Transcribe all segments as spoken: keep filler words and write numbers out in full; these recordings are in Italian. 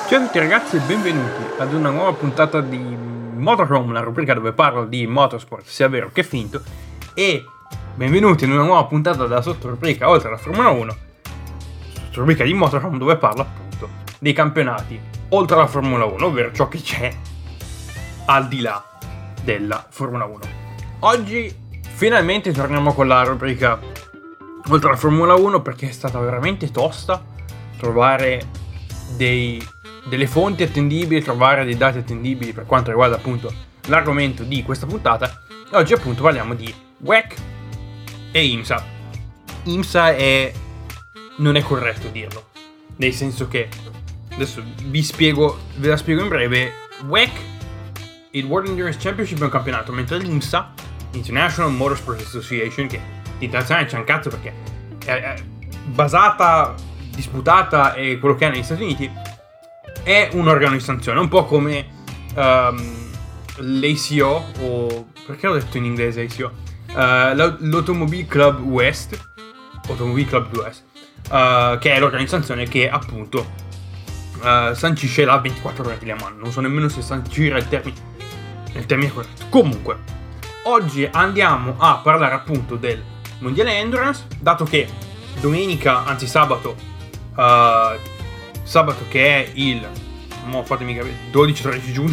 Ciao a tutti ragazzi e benvenuti ad una nuova puntata di Motorhome, la rubrica dove parlo di motorsport, sia vero che finto, e benvenuti in una nuova puntata della sottorubrica oltre alla Formula uno, sottorubrica di Motorhome dove parlo appunto dei campionati oltre alla Formula uno, ovvero ciò che c'è al di là della Formula uno. Oggi finalmente torniamo con la rubrica oltre alla Formula uno perché è stata veramente tosta trovare dei delle fonti attendibili, trovare dei dati attendibili per quanto riguarda appunto l'argomento di questa puntata. E oggi appunto parliamo di W E C e IMSA. IMSA è non è corretto dirlo, nel senso che adesso vi spiego, ve la spiego in breve. W E C, il World Endurance Championship, è un campionato, mentre l'IMSA, International Motorsport Association, che di internazionale c'è un cazzo perché è, è basata, disputata e quello che è negli Stati Uniti, è un organo di sanzione, un po' come um, l'A C O, o perché ho detto in inglese A C O, uh, l'Automobile Club West, Automobile Club West, uh, che è l'organizzazione che appunto uh, sancisce la ventiquattro ore di Le Mans. Non so nemmeno se sancire il termine, il termine corretto. Comunque, oggi andiamo a parlare appunto del Mondiale Endurance, dato che domenica, anzi sabato, uh, sabato che è il mo fatemi capire dodici tredici giugno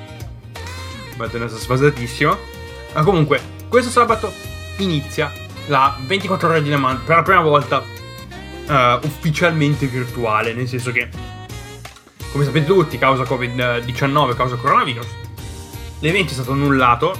vado una sfasatissimo, ma comunque questo sabato inizia la ventiquattro ore di Le Mans per la prima volta uh, ufficialmente virtuale, nel senso che, come sapete tutti, causa covid diciannove, causa coronavirus, l'evento è stato annullato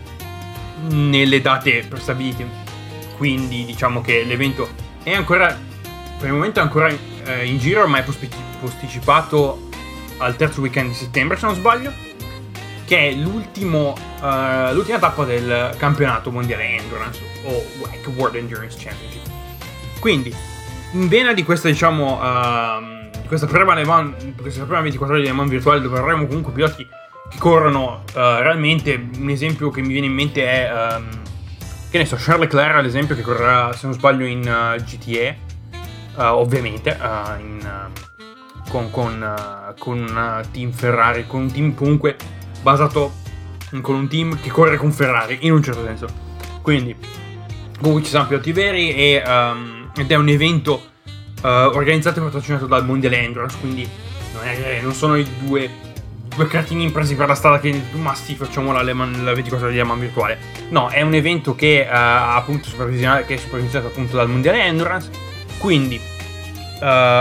nelle date prestabilite, quindi diciamo che l'evento è ancora, per il momento è ancora in giro, ma è posticipato al terzo weekend di settembre, se non sbaglio, che è l'ultimo uh, l'ultima tappa del campionato mondiale Endurance, o W E C, World Endurance Championship. Quindi in vena di questa, diciamo, uh, di questa prima Le Mans, questa prima ventiquattro ore di Le Mans virtuale, dove avremo comunque piloti che corrono uh, realmente. Un esempio che mi viene in mente è um, che ne so, Charles Leclerc, ad esempio, che correrà, se non sbaglio, in uh, G T E. Uh, ovviamente uh, in, uh, con, con, uh, con un team Ferrari, con un team comunque basato con un team che corre con Ferrari in un certo senso. Quindi comunque ci sono piloti veri e, um, ed è un evento uh, organizzato e patrocinato dal Mondiale Endurance, quindi non, è, non sono i due, due cretini presi per la strada che ma sì, facciamo la, la ventiquattro ore di Le Mans virtuale. No, è un evento che uh, appunto supervisionato, che è supervisionato appunto dal Mondiale Endurance. Quindi uh,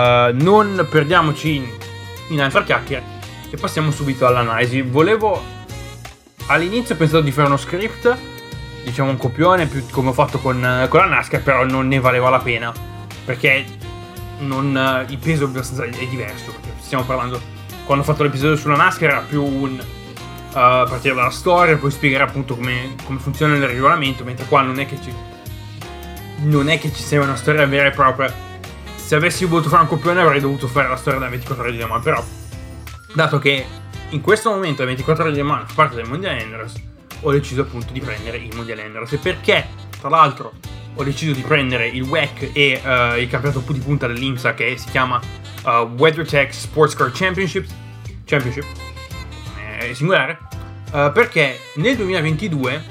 non perdiamoci in, in altre chiacchiere e passiamo subito all'analisi. Volevo, all'inizio ho pensato di fare uno script, diciamo un copione, più come ho fatto con, con la NASCAR, però non ne valeva la pena, perché non, il peso è diverso, perché stiamo parlando, quando ho fatto l'episodio sulla NASCAR era più un uh, partire dalla storia, poi spiegare appunto come, come funziona il regolamento, mentre qua non è che ci non è che ci sia una storia vera e propria. Se avessi voluto fare un copione avrei dovuto fare la storia della ventiquattro ore di Le Mans, però dato che in questo momento la ventiquattro ore di Le Mans fa parte del Mondiale Endurance, ho deciso appunto di prendere il Mondiale Endurance. E perché, tra l'altro, ho deciso di prendere il W E C e uh, il campionato di punta dell'IMSA, che si chiama uh, WeatherTech Sports Car Championship Championship è singolare, uh, perché nel duemilaventidue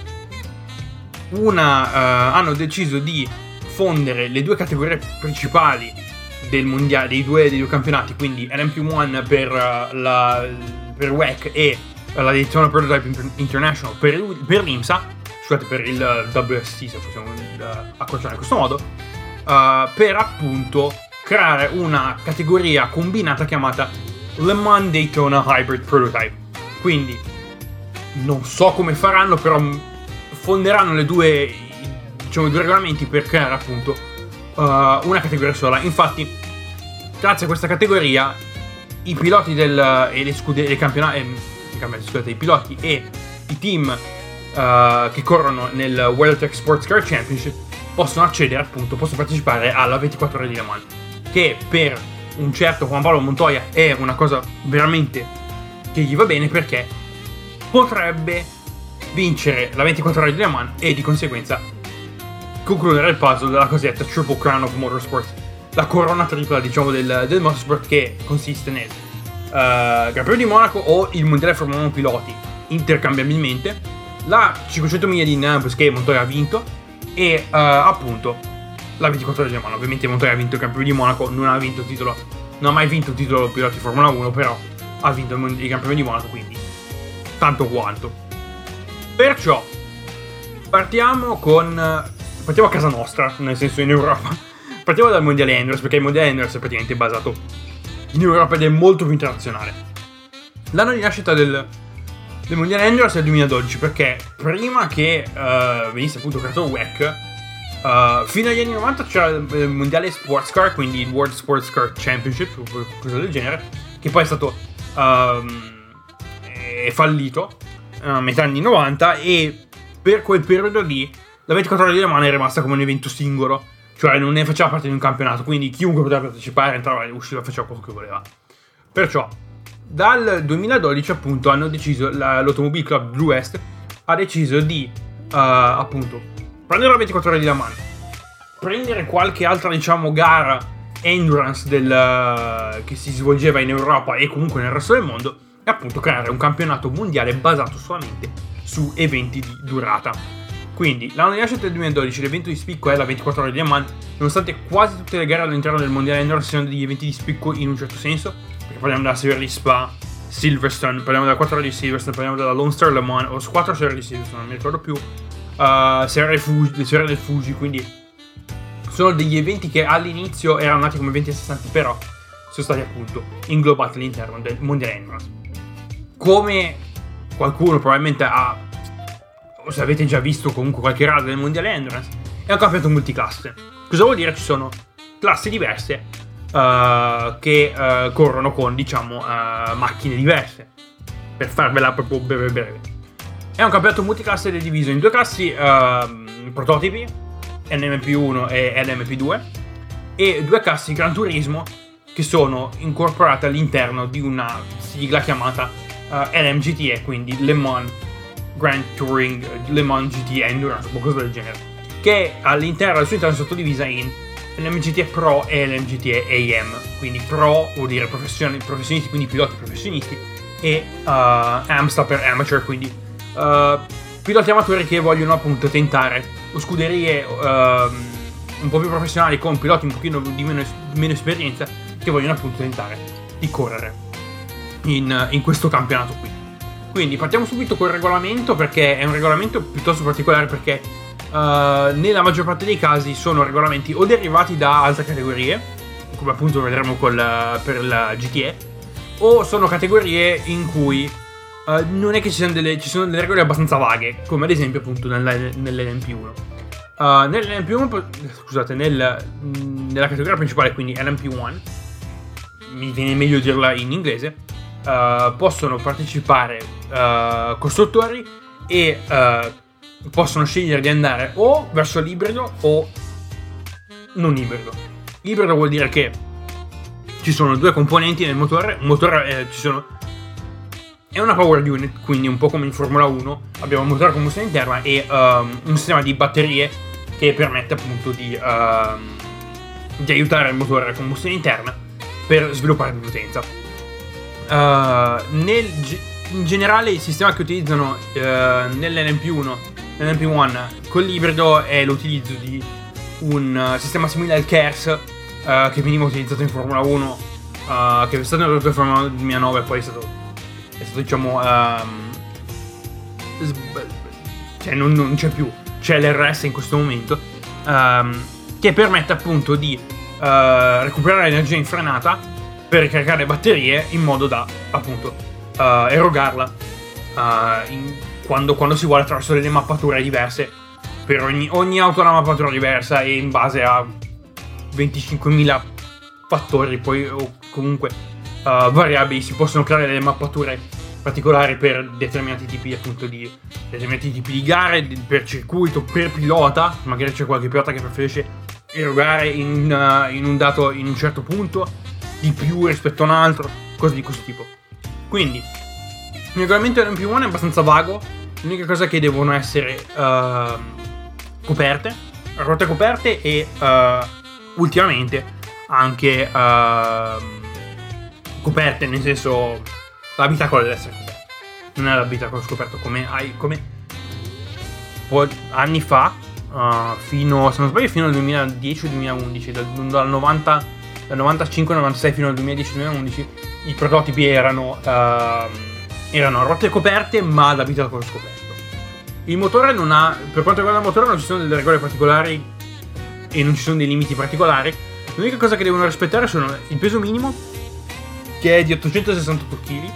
Una, uh, hanno deciso di fondere le due categorie principali del mondiale, dei due, dei due campionati, quindi L M P uno per, uh, la, per W E C e uh, la Daytona Prototype International per, per l'IMSA, scusate, per il uh, W S T, se possiamo uh, accorciare in questo modo, uh, per appunto creare una categoria combinata chiamata Le Mans Daytona Hybrid Prototype. Quindi non so come faranno, però fonderanno le due, diciamo, i due regolamenti per creare appunto uh, una categoria sola. Infatti, grazie a questa categoria, i piloti del e le scuderie, i campionati, eh, scusate, i piloti e i team uh, che corrono nel WeatherTech Sports Car Championship possono accedere appunto, possono partecipare alla ventiquattro ore di Le Mans, che per un certo Juan Pablo Montoya è una cosa veramente che gli va bene, perché potrebbe vincere la ventiquattro ore di Le Mans e di conseguenza concludere il puzzle della cosiddetta Triple Crown of Motorsport, la corona tripla, diciamo, del, del motorsport, che consiste nel Gran Premio di Monaco o il Mondiale Formula uno Piloti intercambiabilmente, la cinquecento miglia di Indianapolis che Montoya ha vinto e uh, appunto la ventiquattro ore di Le Mans. Ovviamente Montoya ha vinto il Gran Premio di Monaco, non ha vinto il titolo, non ha mai vinto il titolo piloti Formula uno, però ha vinto il, il Gran Premio di Monaco, quindi tanto quanto. Perciò partiamo con partiamo a casa nostra, nel senso in Europa. Partiamo dal Mondiale Endurance, perché il Mondiale Endurance è praticamente basato in Europa ed è molto più internazionale. L'anno di nascita del, del Mondiale Endurance è il duemiladodici, perché prima che uh, venisse appunto creato il W E C, uh, fino agli anni novanta c'era il Mondiale Sports Car, quindi il World Sports Car Championship o qualcosa del genere, che poi è stato um, è fallito a uh, metà anni novanta, e per quel periodo lì la ventiquattro ore di Le Mans è rimasta come un evento singolo, cioè non ne faceva parte di un campionato, quindi chiunque poteva partecipare, entrava e usciva, faceva quello che voleva. Perciò dal duemiladodici appunto hanno deciso, la, l'Automobile Club Blue West ha deciso di uh, appunto prendere la ventiquattro ore di Le Mans, prendere qualche altra diciamo gara endurance del, uh, che si svolgeva in Europa e comunque nel resto del mondo, e appunto creare un campionato mondiale basato solamente su eventi di durata. Quindi l'anno di nascita del duemiladodici, l'evento di spicco è la ventiquattro ore di Le Mans, nonostante quasi tutte le gare all'interno del mondiale endurance siano degli eventi di spicco in un certo senso, perché parliamo della serie di Spa, Silverstone, parliamo della quattro ore di Silverstone, parliamo della Lone Star Le Mans, o quattro serie di Silverstone, non mi ricordo più, uh, serie, Fuji, serie del Fuji, quindi sono degli eventi che all'inizio erano nati come eventi a sé stanti, però sono stati appunto inglobati all'interno del mondiale endurance. Come qualcuno probabilmente ha, o se avete già visto comunque qualche gara del mondiale endurance, è un campionato multiclasse. Cosa vuol dire? Ci sono classi diverse uh, che uh, corrono con diciamo uh, macchine diverse, per farvela proprio breve breve. È un campionato multiclasse ed è diviso in due classi uh, prototipi, L M P uno e L M P due, e due classi Gran Turismo che sono incorporate all'interno di una sigla chiamata uh, L M G T E, quindi Le Mans Grand Touring Le Mans G T Endurance o qualcosa del genere, che all'interno del suo interno è sottodivisa in L M G T E Pro e L M G T E A M, quindi Pro vuol dire professionisti, quindi piloti professionisti, e uh, A M sta per Amateur, quindi uh, piloti amatori che vogliono appunto tentare, o scuderie uh, un po' più professionali con piloti un pochino di meno, di meno esperienza, che vogliono appunto tentare di correre in, in questo campionato qui. Quindi partiamo subito col regolamento, perché è un regolamento piuttosto particolare, perché uh, nella maggior parte dei casi sono regolamenti o derivati da altre categorie, come appunto vedremo col, per la G T E, o sono categorie in cui uh, non è che ci siano delle, ci sono delle regole abbastanza vaghe, come ad esempio appunto nell'L M P uno. Uh, nell'L M P uno, scusate, nel, nella categoria principale, quindi L M P uno, mi viene meglio dirla in inglese, uh, possono partecipare uh, costruttori e uh, possono scegliere di andare o verso l'ibrido o non ibrido. Ibrido vuol dire che ci sono due componenti nel motore, un motore eh, ci sono è una power unit, quindi un po' come in Formula uno abbiamo un motore a combustione interna e um, un sistema di batterie che permette appunto di, uh, di aiutare il motore a combustione interna per sviluppare più potenza. Uh, nel, in generale il sistema che utilizzano uh, nell'L M P uno, nell'L M P uno con l'ibrido è l'utilizzo di un uh, sistema simile al K E R S uh, che veniva utilizzato in Formula uno, uh, che è stato introdotto in Formula uno nel duemilanove e poi è stato, è stato diciamo um, sb- cioè non, non c'è più, c'è l'R S in questo momento, um, che permette appunto di uh, recuperare energia in frenata per caricare le batterie in modo da appunto uh, erogarla uh, in, quando, quando si vuole, attraverso delle mappature diverse. Per ogni, ogni auto ha una mappatura diversa e in base a venticinquemila fattori poi o comunque uh, variabili si possono creare delle mappature particolari per determinati tipi appunto di determinati tipi di gare, per circuito, per pilota. Magari c'è qualche pilota che preferisce erogare in, uh, in un dato, in un certo punto di più rispetto a un altro, cose di questo tipo. Quindi il regolamento L M P uno è abbastanza vago. L'unica cosa è che devono essere uh, coperte, rotte coperte e uh, ultimamente anche uh, coperte, nel senso l'abitacolo deve essere coperto, non è l'abitacolo scoperto come hai come po- anni fa, uh, fino, se non sbaglio, fino al duemiladieci duemilaundici, dal, dal novanta dal novantacinque novantasei fino al duemiladieci duemilaundici i prototipi erano uh, erano rotte coperte ma l'abitacolo scoperto. Il motore non ha, per quanto riguarda il motore non ci sono delle regole particolari e non ci sono dei limiti particolari. L'unica cosa che devono rispettare sono il peso minimo, che è di ottocentosessantotto chili,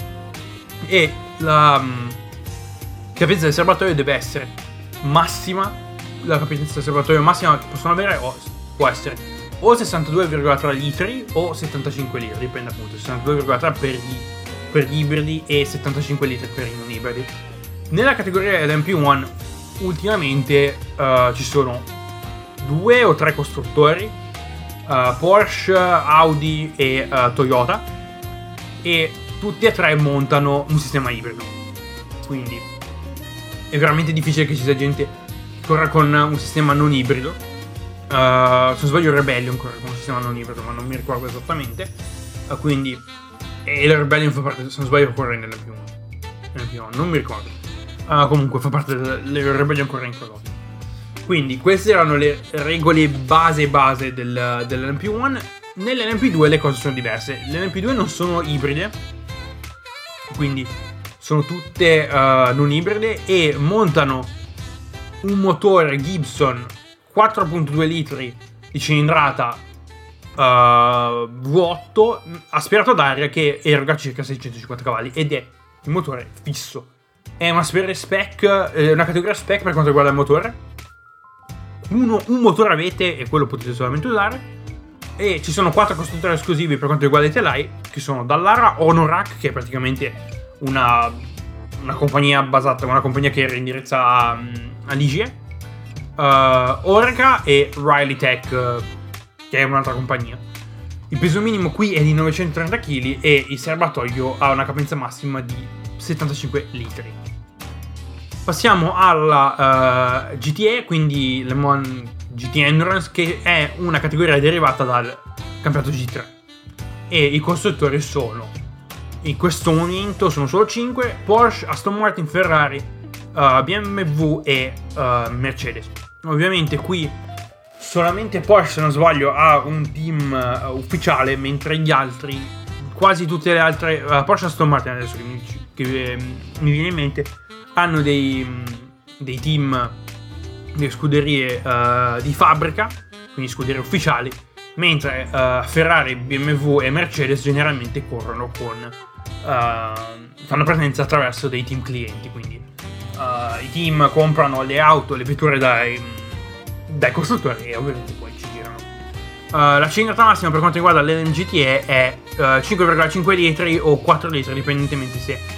e la um, capienza del serbatoio deve essere massima. La capienza del serbatoio massima che possono avere o, può essere o sessantadue virgola tre litri o settantacinque litri, dipende appunto, sessantadue virgola tre per gli, per gli ibridi e settantacinque litri per i non ibridi. Nella categoria L M P uno ultimamente uh, ci sono due o tre costruttori, uh, Porsche, Audi e uh, Toyota, e tutti e tre montano un sistema ibrido, quindi è veramente difficile che ci sia gente che corra con un sistema non ibrido. Uh, se non sbaglio Rebellion corre con un sistema non ibrido, ma non mi ricordo esattamente, uh, quindi e il Rebellion fa parte, se non sbaglio, corre nell'L M P uno, L M P uno non mi ricordo. Uh, comunque fa parte del Rebellion Corrent Prototype. Quindi queste erano le regole base base del, dell'L M P uno. Nell'L M P due le cose sono diverse. Le L M P due non sono ibride, quindi sono tutte uh, non ibride, e montano un motore Gibson quattro virgola due litri di cilindrata uh, V otto aspirato ad aria, che eroga circa seicentocinquanta cavalli ed è il motore fisso. È una spec, eh, una categoria spec per quanto riguarda il motore. Uno, un motore avete e quello potete solamente usare. E ci sono quattro costruttori esclusivi per quanto riguarda i telai, che sono Dallara, Honorac, che è praticamente una, una compagnia basata, una compagnia che era indirizzata a, a Ligier, uh, Orca e Riley Tech, uh, che è un'altra compagnia. Il peso minimo qui è di novecentotrenta chili e il serbatoio ha una capienza massima di settantacinque litri. Passiamo alla uh, G T E, quindi Le Mans G T Endurance, che è una categoria derivata dal campionato G tre, e i costruttori sono, in questo momento sono solo cinque: Porsche, Aston Martin, Ferrari, uh, B M W e uh, Mercedes. Ovviamente qui solamente Porsche, se non sbaglio, ha un team uh, ufficiale, mentre gli altri, quasi tutte le altre, uh, Porsche e Aston Martin, adesso che mi, che, eh, mi viene in mente, hanno dei, dei team, delle scuderie uh, di fabbrica, quindi scuderie ufficiali, mentre uh, Ferrari, B M W e Mercedes generalmente corrono con uh, fanno presenza attraverso dei team clienti, quindi uh, i team comprano le auto, le vetture dai, dai costruttori e ovviamente poi ci girano. Uh, la cilindrata massima per quanto riguarda l'L M G T E è uh, cinque virgola cinque litri o quattro litri, dipendentemente se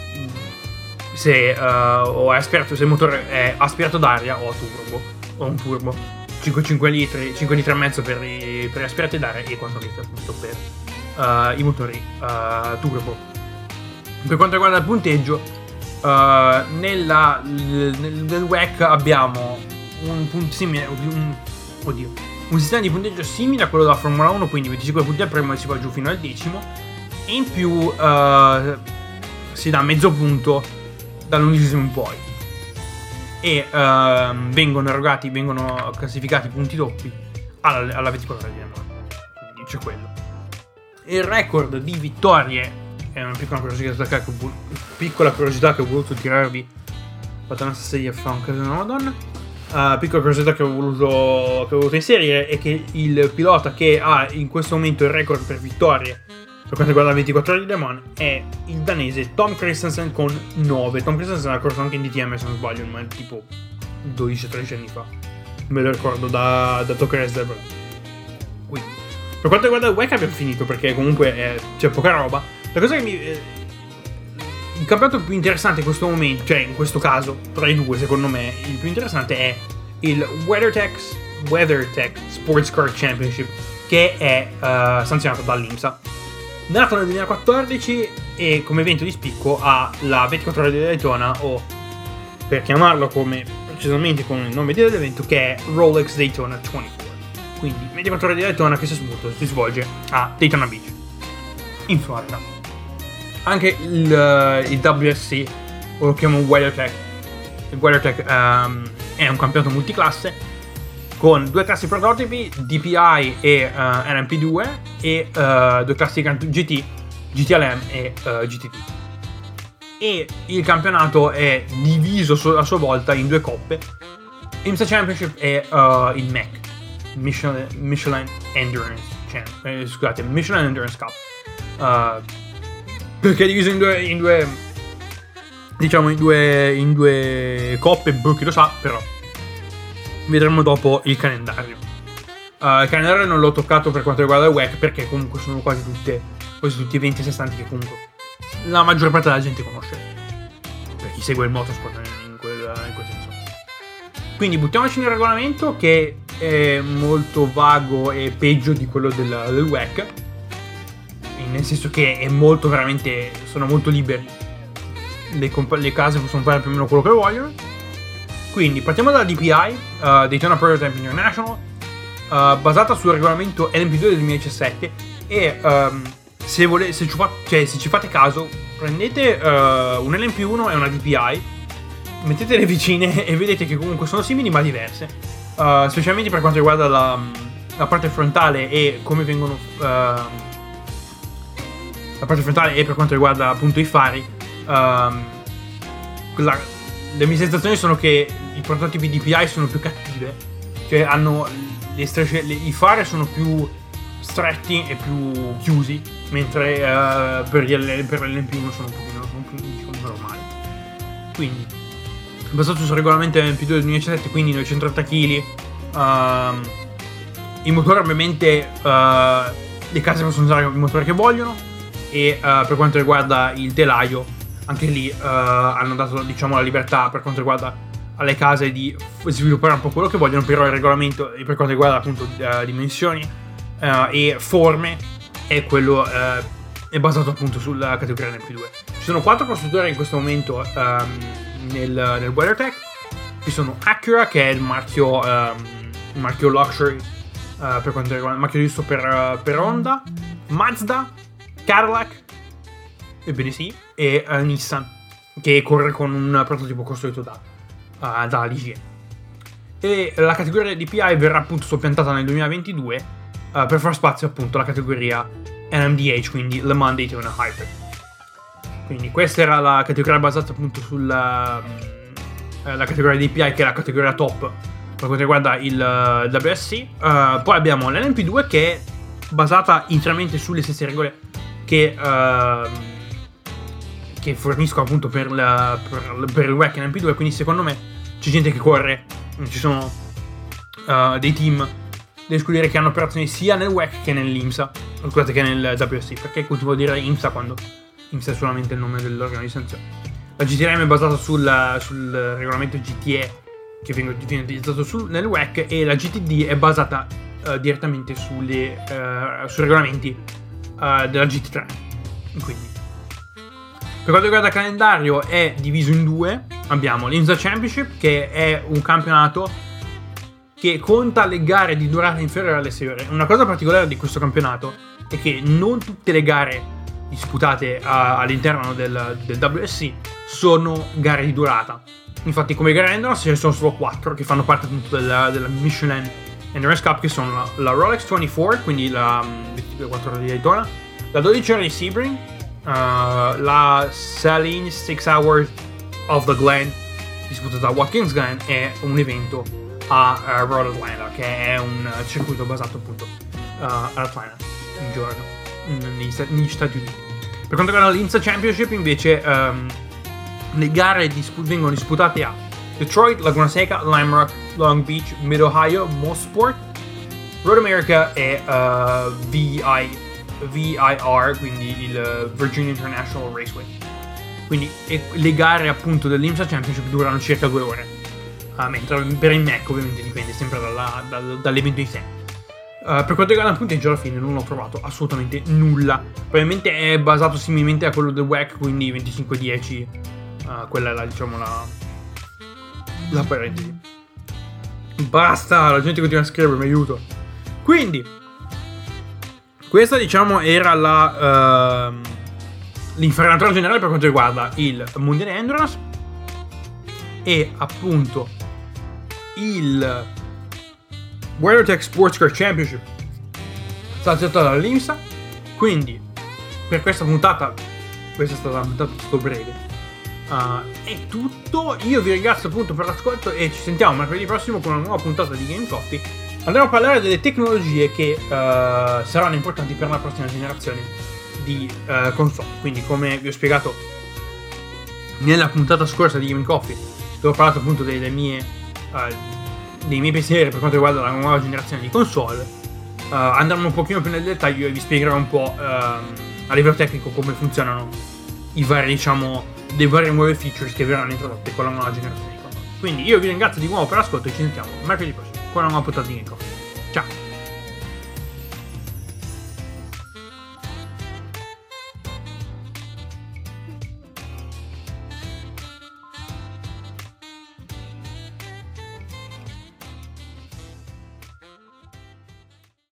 se, uh, o è aspirato, se il motore è aspirato d'aria o a turbo, o un turbo. cinque, cinque litri, cinque litri e mezzo per i, per gli aspirati d'aria e quattro litri appunto per uh, i motori uh, turbo. Per quanto riguarda il punteggio, uh, nella, nel, nel W E C abbiamo un punto simile, un, oddio, un sistema di punteggio simile a quello della Formula uno, quindi venticinque punti al primo e si va giù fino al decimo, e in più uh, si dà mezzo punto dall'undicesimo in poi, e uh, vengono erogati, vengono classificati punti doppi alla, alla ventiquattro ore di Le Mans, quindi c'è quello. Il record di vittorie è una piccola curiosità che ho, piccola curiosità che ho voluto tirarvi. Fatto una sedia fa un caso della Madonna. Uh, piccola curiosità che ho voluto che ho voluto inserire è che il pilota che ha in questo momento il record per vittorie per quanto riguarda le ventiquattro ore di Le Mans è il danese Tom Kristensen con nove. Tom Kristensen ha corso anche in D T M, se non sbaglio, ma tipo dodici tredici anni fa, me lo ricordo da, da Tokyo Race Driver. Quindi per quanto riguarda il W E C abbiamo finito, perché comunque eh, c'è poca roba. La cosa che mi eh, il campionato più interessante in questo momento, cioè in questo caso tra i due, secondo me il più interessante è il WeatherTech WeatherTech Sports Car Championship, che è uh, sanzionato dall'IMSA. Nato nel duemilaquattordici e come evento di spicco ha la ventiquattro ore di Daytona, o per chiamarlo come precisamente con il nome dell'evento, che è Rolex Daytona ventiquattro. Quindi ventiquattro ore di Daytona che si, svolge, si svolge a Daytona Beach. in Florida. Anche il, il W S C, o lo chiamo WeatherTech, il WeatherTech um, è un campionato multiclasse con due classi prototipi, D P I e uh, N M P due, e uh, due classi G T, G T L M e uh, G T T. E il campionato è diviso a sua volta in due coppe, IMSA Championship e uh, il M E C, Michelin, Michelin Endurance, cioè, eh, scusate, Michelin Endurance Cup, uh, perché è diviso in due, in due, diciamo in due, in due coppe, chi lo sa, però vedremo dopo il calendario. Uh, il calendario non l'ho toccato per quanto riguarda il W E C, perché comunque sono quasi tutte, quasi tutti eventi a sé stanti che comunque la maggior parte della gente conosce, per chi segue il motorsport in quel, in quel senso. Quindi buttiamoci nel regolamento, che è molto vago e peggio di quello del, del W E C, nel senso che è molto veramente, sono molto liberi, le, comp- le case possono fare più o meno quello che vogliono. Quindi partiamo dalla D P I, uh, Daytona Prototype International, uh, basata sul regolamento L M P due del duemiladiciassette, e um, se, vole- se, ci fa- cioè, se ci fate caso, prendete uh, un L M P uno e una D P I, mettetele vicine e vedete che comunque sono simili ma diverse, uh, specialmente per quanto riguarda la, la parte frontale e come vengono uh, la parte frontale e per quanto riguarda appunto i fari. Um, la, le mie sensazioni sono che i prototipi D P I sono più cattive, cioè hanno le strisce, le, i fari sono più stretti e più chiusi, mentre uh, per, gli, per l'L M P uno sono un pochino, sono più, diciamo, normali. Quindi basato sul regolamento L M P due del duemiladiciassette, quindi novecentotrenta chili, uh, il motore ovviamente, uh, le case possono usare il motore che vogliono, e uh, per quanto riguarda il telaio, anche lì uh, hanno dato, diciamo, la libertà per quanto riguarda alle case di sviluppare un po' quello che vogliono, però il regolamento per quanto riguarda appunto uh, dimensioni uh, e forme è quello uh, è basato appunto sulla categoria L M P due. Ci sono quattro costruttori in questo momento um, nel, nel WeatherTech. Ci sono Acura, che è il marchio um, il marchio luxury uh, per quanto riguarda il marchio giusto per, uh, per Honda, Mazda, Cadillac, ebbene sì, e uh, Nissan, che corre con un prototipo costruito da, uh, da L G E. E la categoria D P I verrà appunto soppiantata nel duemilaventidue uh, per far spazio appunto alla categoria L M D H, quindi Le Mans Daytona Hyper. Quindi questa era la categoria basata appunto sulla uh, la categoria D P I, che è la categoria top per quanto riguarda il uh, W S C. Uh, poi abbiamo l'L M P due, che è basata interamente sulle stesse regole che uh, che fornisco appunto per, la, per, per il W E C e l'L M P due, quindi secondo me c'è gente che corre, ci sono uh, dei team, delle scuderie che hanno operazioni sia nel W E C che nell'IMSA, scusate, che nel W S C, perché continuo a dire IMSA quando IMSA è solamente il nome dell'organizzazione. La G T R M è basata sul, sul regolamento G T E, che viene utilizzato sul, nel W E C, e la G T D è basata uh, direttamente sulle, uh, sui regolamenti uh, della G T tre. Quindi per quanto riguarda il calendario è diviso in due. Abbiamo l'IMSA Championship, che è un campionato che conta le gare di durata inferiore alle sei ore. Una cosa particolare di questo campionato è che non tutte le gare disputate a, all'interno del, del W S C sono gare di durata. Infatti, come gare endurance ce ne sono solo quattro che fanno parte appunto della, della Michelin Endurance Cup, che sono la, la Rolex ventiquattro, quindi la ventiquattro ore di Daytona, la dodici ore di Sebring, uh, la Saline six hours of the Glen disputata a Watkins Glen, e un evento a uh, Road Atlanta, che è un circuito basato appunto uh, ad Atlanta in Georgia, negli, negli Stati Uniti. Per quanto riguarda l'IMSA Championship invece, um, le gare dispu- vengono disputate a Detroit, Laguna Seca, Lime Rock, Long Beach, Mid Ohio, Mosport, Road America e uh, V I, V I R, quindi il Virginia International Raceway. Quindi e, le gare appunto dell'IMSA Championship durano circa due ore, uh, mentre per il M E C ovviamente dipende sempre dalla, dal, dall'evento in sé. Uh, per quanto riguarda il punteggio, alla fine non ho trovato assolutamente nulla. Probabilmente è basato similmente a quello del W E C, quindi venticinque dieci, uh, quella è la, diciamo la, la parentesi. Basta, la gente continua a scrivere, mi aiuto. Quindi questa diciamo era la uh, l'infarinatura generale per quanto riguarda il Mondiale Endurance e appunto il WeatherTech Sports Car Championship stanziato dall'IMSA. Quindi per questa puntata, questa è stata una puntata molto breve, uh, è tutto. Io vi ringrazio appunto per l'ascolto e ci sentiamo mercoledì prossimo con una nuova puntata di Game Coffee. Andremo a parlare delle tecnologie che uh, saranno importanti per la prossima generazione di uh, console. Quindi, come vi ho spiegato nella puntata scorsa di Game Coffee, dove ho parlato appunto delle mie, uh, dei miei pensieri per quanto riguarda la nuova generazione di console, uh, andremo un pochino più nel dettaglio e vi spiegherò un po' uh, a livello tecnico come funzionano i vari, diciamo, dei vari nuove features che verranno introdotte con la nuova generazione di console. Quindi io vi ringrazio di nuovo per l'ascolto e ci sentiamo mercoledì prossimo con una nuova puntata di Game Coffee. Ciao!